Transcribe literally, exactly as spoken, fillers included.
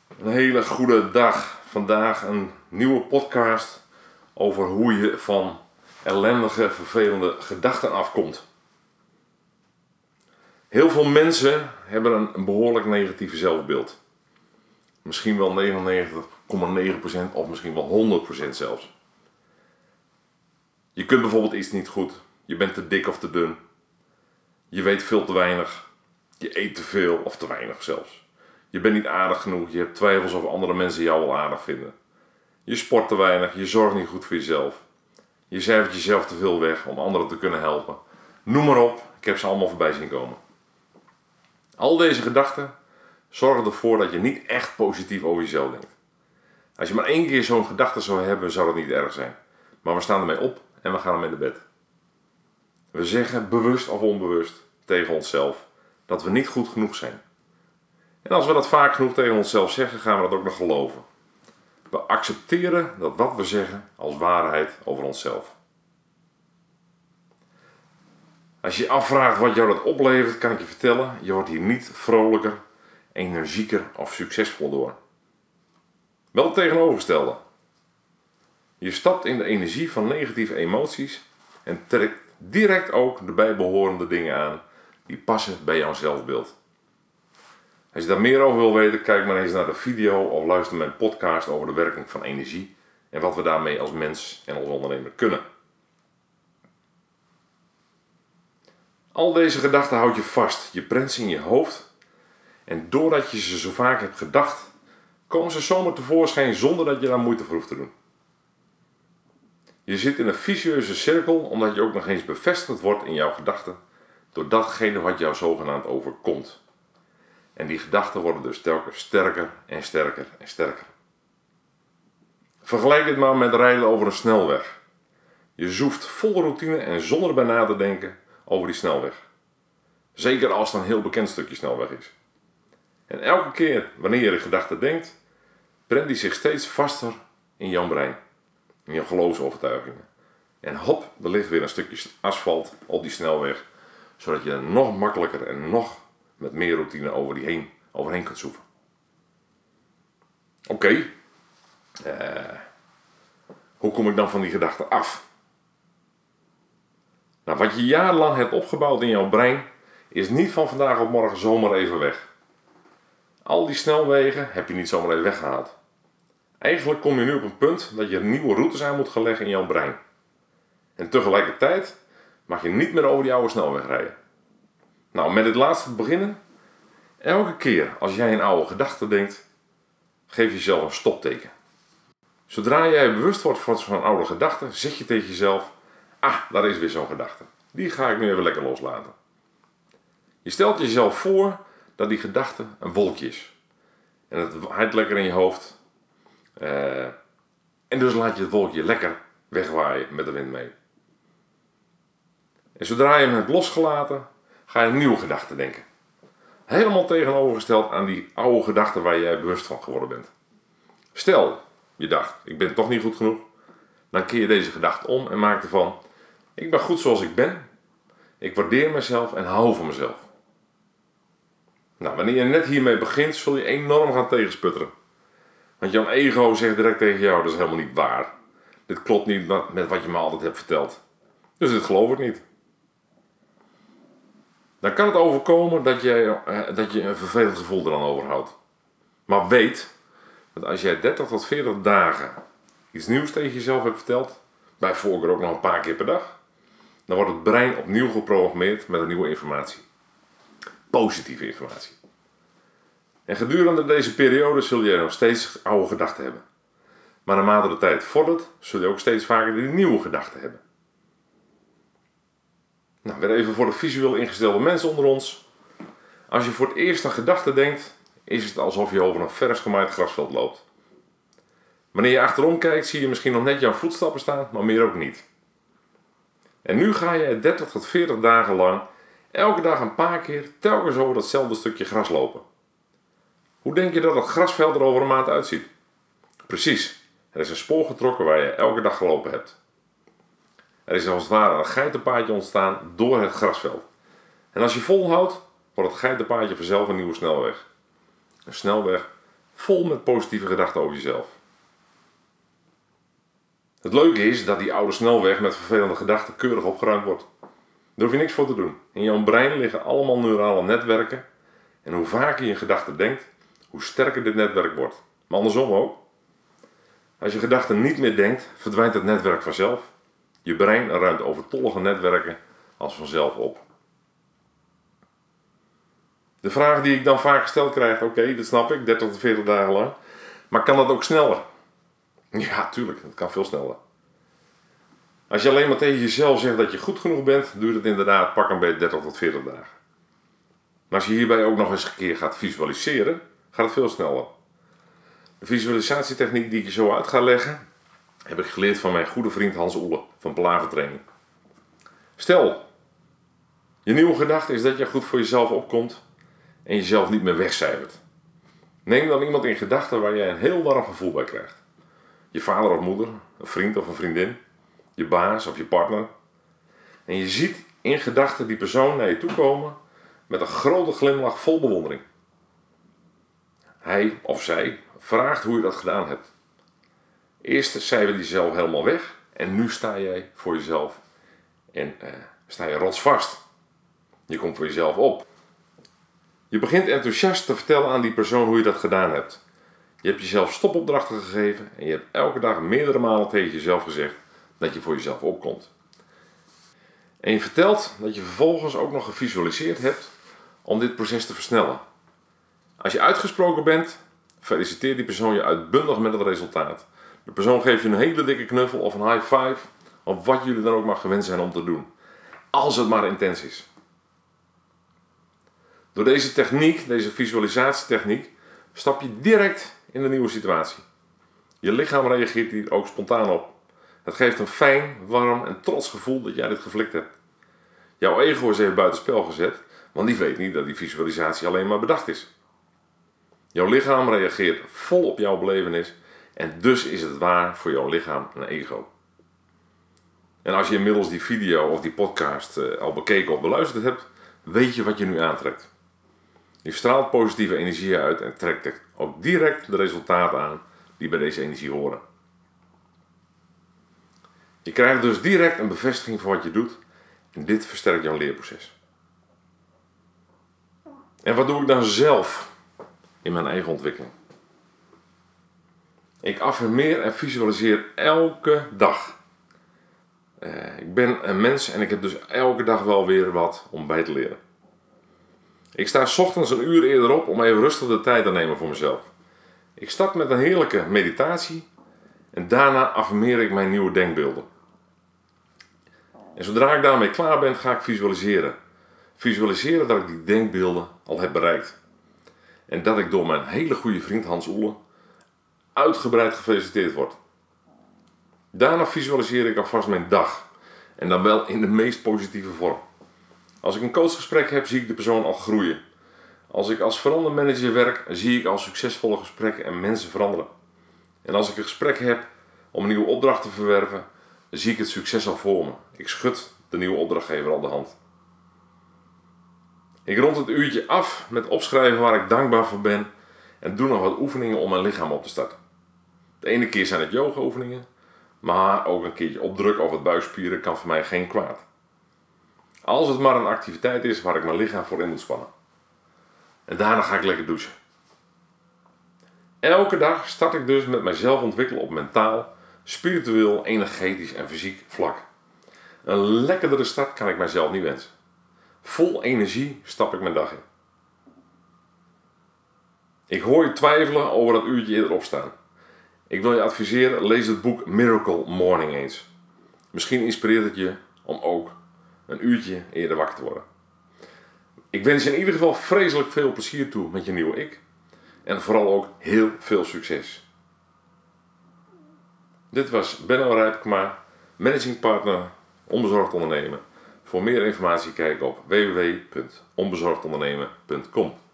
Een hele goede dag. Vandaag een nieuwe podcast over hoe je van ellendige, vervelende gedachten afkomt. Heel veel mensen hebben een, een behoorlijk negatief zelfbeeld. Misschien wel negenennegentig komma negen procent of misschien wel honderd procent zelfs. Je kunt bijvoorbeeld iets niet goed. Je bent te dik of te dun. Je weet veel te weinig. Je eet te veel of te weinig zelfs. Je bent niet aardig genoeg. Je hebt twijfels of andere mensen jou wel aardig vinden. Je sport te weinig. Je zorgt niet goed voor jezelf. Je cijfert jezelf te veel weg om anderen te kunnen helpen. Noem maar op. Ik heb ze allemaal voorbij zien komen. Al deze gedachten zorgen ervoor dat je niet echt positief over jezelf denkt. Als je maar één keer zo'n gedachte zou hebben, zou dat niet erg zijn. Maar we staan ermee op en we gaan ermee naar bed. We zeggen bewust of onbewust tegen onszelf dat we niet goed genoeg zijn. En als we dat vaak genoeg tegen onszelf zeggen, gaan we dat ook nog geloven. We accepteren dat wat we zeggen als waarheid over onszelf. Als je je afvraagt wat jou dat oplevert, kan ik je vertellen, je wordt hier niet vrolijker, energieker of succesvol door. Wel het tegenovergestelde. Je stapt in de energie van negatieve emoties en trekt direct ook de bijbehorende dingen aan die passen bij jouw zelfbeeld. Als je daar meer over wil weten, kijk maar eens naar de video of luister mijn podcast over de werking van energie en wat we daarmee als mens en als ondernemer kunnen. Al deze gedachten houd je vast, je prent ze in je hoofd en doordat je ze zo vaak hebt gedacht, komen ze zomaar tevoorschijn zonder dat je daar moeite voor hoeft te doen. Je zit in een vicieuze cirkel omdat je ook nog eens bevestigd wordt in jouw gedachten door datgene wat jou zogenaamd overkomt. En die gedachten worden dus telkens sterker en sterker en sterker. Vergelijk dit maar met rijden over een snelweg. Je zoeft vol routine en zonder erbij na te denken over die snelweg. Zeker als het een heel bekend stukje snelweg is. En elke keer wanneer je de gedachte denkt, prent die zich steeds vaster in jouw brein. In jouw geloofsovertuigingen. En hop, er ligt weer een stukje asfalt op die snelweg. Zodat je er nog makkelijker en nog met meer routine over die heen, overheen kunt zoeven. Oké. Okay. Uh, hoe kom ik dan van die gedachte af? Nou, wat je jarenlang hebt opgebouwd in jouw brein is niet van vandaag op morgen zomaar even weg. Al die snelwegen heb je niet zomaar even weggehaald. Eigenlijk kom je nu op een punt dat je nieuwe routes aan moet gaan leggen in jouw brein. En tegelijkertijd mag je niet meer over die oude snelweg rijden. Nou, met dit laatste te beginnen. Elke keer als jij een oude gedachte denkt, geef jezelf een stopteken. Zodra jij bewust wordt van zo'n oude gedachte, zeg je tegen jezelf, ah, daar is weer zo'n gedachte. Die ga ik nu even lekker loslaten. Je stelt jezelf voor dat die gedachte een wolkje is. En het waait lekker in je hoofd. Uh, en dus laat je het wolkje lekker wegwaaien met de wind mee. En zodra je hem hebt losgelaten, ga je een nieuwe gedachte denken. Helemaal tegenovergesteld aan die oude gedachte waar jij bewust van geworden bent. Stel, je dacht, ik ben toch niet goed genoeg. Dan keer je deze gedachte om en maak ervan, ik ben goed zoals ik ben. Ik waardeer mezelf en hou van mezelf. Nou, wanneer je net hiermee begint, zul je enorm gaan tegensputteren. Want jouw ego zegt direct tegen jou, dat is helemaal niet waar. Dit klopt niet met wat je me altijd hebt verteld. Dus dit geloof ik niet. Dan kan het overkomen dat je, dat je een vervelend gevoel er dan overhoudt. Maar weet, dat als jij dertig tot veertig dagen iets nieuws tegen jezelf hebt verteld, bij voorkeur ook nog een paar keer per dag, dan wordt het brein opnieuw geprogrammeerd met een nieuwe informatie. Positieve informatie. En gedurende deze periode zul je nog steeds oude gedachten hebben. Maar naarmate de tijd vordert, zul je ook steeds vaker die nieuwe gedachten hebben. Nou, weer even voor de visueel ingestelde mensen onder ons. Als je voor het eerst aan gedachten denkt, is het alsof je over een vers gemaaid grasveld loopt. Wanneer je achterom kijkt, zie je misschien nog net jouw voetstappen staan, maar meer ook niet. En nu ga je dertig tot veertig dagen lang, elke dag een paar keer, telkens over datzelfde stukje gras lopen. Hoe denk je dat dat grasveld er over een maand uitziet? Precies, er is een spoor getrokken waar je elke dag gelopen hebt. Er is als het ware een geitenpaadje ontstaan door het grasveld. En als je volhoudt, wordt het geitenpaadje vanzelf een nieuwe snelweg. Een snelweg vol met positieve gedachten over jezelf. Het leuke is dat die oude snelweg met vervelende gedachten keurig opgeruimd wordt. Daar hoef je niks voor te doen. In jouw brein liggen allemaal neurale netwerken. En hoe vaker je een gedachte denkt, hoe sterker dit netwerk wordt. Maar andersom ook. Als je gedachten niet meer denkt, verdwijnt het netwerk vanzelf. Je brein ruimt overtollige netwerken als vanzelf op. De vraag die ik dan vaak gesteld krijg, oké, okay, dat snap ik, dertig tot veertig dagen lang. Maar kan dat ook sneller? Ja, tuurlijk, het kan veel sneller. Als je alleen maar tegen jezelf zegt dat je goed genoeg bent, duurt het inderdaad pak een beetje dertig tot veertig dagen. Maar als je hierbij ook nog eens een keer gaat visualiseren, gaat het veel sneller. De visualisatietechniek die ik je zo uit ga leggen, heb ik geleerd van mijn goede vriend Hans Oele van Palaver Training. Stel, je nieuwe gedachte is dat je goed voor jezelf opkomt en jezelf niet meer wegcijfert. Neem dan iemand in gedachten waar jij een heel warm gevoel bij krijgt. Je vader of moeder, een vriend of een vriendin, je baas of je partner. En je ziet in gedachten die persoon naar je toe komen met een grote glimlach vol bewondering. Hij of zij vraagt hoe je dat gedaan hebt. Eerst cijfer je jezelf helemaal weg en nu sta jij voor jezelf en eh, sta je rotsvast. Je komt voor jezelf op. Je begint enthousiast te vertellen aan die persoon hoe je dat gedaan hebt. Je hebt jezelf stopopdrachten gegeven en je hebt elke dag meerdere malen tegen jezelf gezegd dat je voor jezelf opkomt. En je vertelt dat je vervolgens ook nog gevisualiseerd hebt om dit proces te versnellen. Als je uitgesproken bent, feliciteert die persoon je uitbundig met het resultaat. De persoon geeft je een hele dikke knuffel of een high five, of wat jullie dan ook maar gewend zijn om te doen. Als het maar intens is. Door deze techniek, deze visualisatietechniek, stap je direct in de nieuwe situatie. Je lichaam reageert hier ook spontaan op. Het geeft een fijn, warm en trots gevoel dat jij dit geflikt hebt. Jouw ego is even buitenspel gezet, want die weet niet dat die visualisatie alleen maar bedacht is. Jouw lichaam reageert vol op jouw belevenis en dus is het waar voor jouw lichaam en ego. En als je inmiddels die video of die podcast uh, al bekeken of beluisterd hebt, weet je wat je nu aantrekt. Je straalt positieve energie uit en trekt ook direct de resultaten aan die bij deze energie horen. Je krijgt dus direct een bevestiging van wat je doet en dit versterkt jouw leerproces. En wat doe ik dan zelf in mijn eigen ontwikkeling? Ik affirmeer en visualiseer elke dag. Uh, ik ben een mens en ik heb dus elke dag wel weer wat om bij te leren. Ik sta 's ochtends een uur eerder op om even rustig de tijd te nemen voor mezelf. Ik start met een heerlijke meditatie en daarna affirmeer ik mijn nieuwe denkbeelden. En zodra ik daarmee klaar ben, ga ik visualiseren. Visualiseren dat ik die denkbeelden al heb bereikt. En dat ik door mijn hele goede vriend Hans Oele uitgebreid gefeliciteerd word. Daarna visualiseer ik alvast mijn dag. En dan wel in de meest positieve vorm. Als ik een coachgesprek heb, zie ik de persoon al groeien. Als ik als verandermanager werk, zie ik al succesvolle gesprekken en mensen veranderen. En als ik een gesprek heb om een nieuwe opdracht te verwerven, zie ik het succes al voor me. Ik schud de nieuwe opdrachtgever al de hand. Ik rond het uurtje af met opschrijven waar ik dankbaar voor ben en doe nog wat oefeningen om mijn lichaam op te starten. De ene keer zijn het yoga oefeningen, maar ook een keertje opdrukken of het buikspieren kan voor mij geen kwaad. Als het maar een activiteit is waar ik mijn lichaam voor in moet spannen. En daarna ga ik lekker douchen. Elke dag start ik dus met mijzelf ontwikkelen op mentaal, spiritueel, energetisch en fysiek vlak. Een lekkerdere start kan ik mijzelf niet wensen. Vol energie stap ik mijn dag in. Ik hoor je twijfelen over dat uurtje eerder opstaan. Ik wil je adviseren, lees het boek Miracle Morning eens. Misschien inspireert het je om ook een uurtje eerder wakker te worden. Ik wens je in ieder geval vreselijk veel plezier toe met je nieuwe ik. En vooral ook heel veel succes. Dit was Benno Rijpkema, Managing Partner Onbezorgd Ondernemen. Voor meer informatie kijk op w w w punt onbezorgd ondernemen punt com.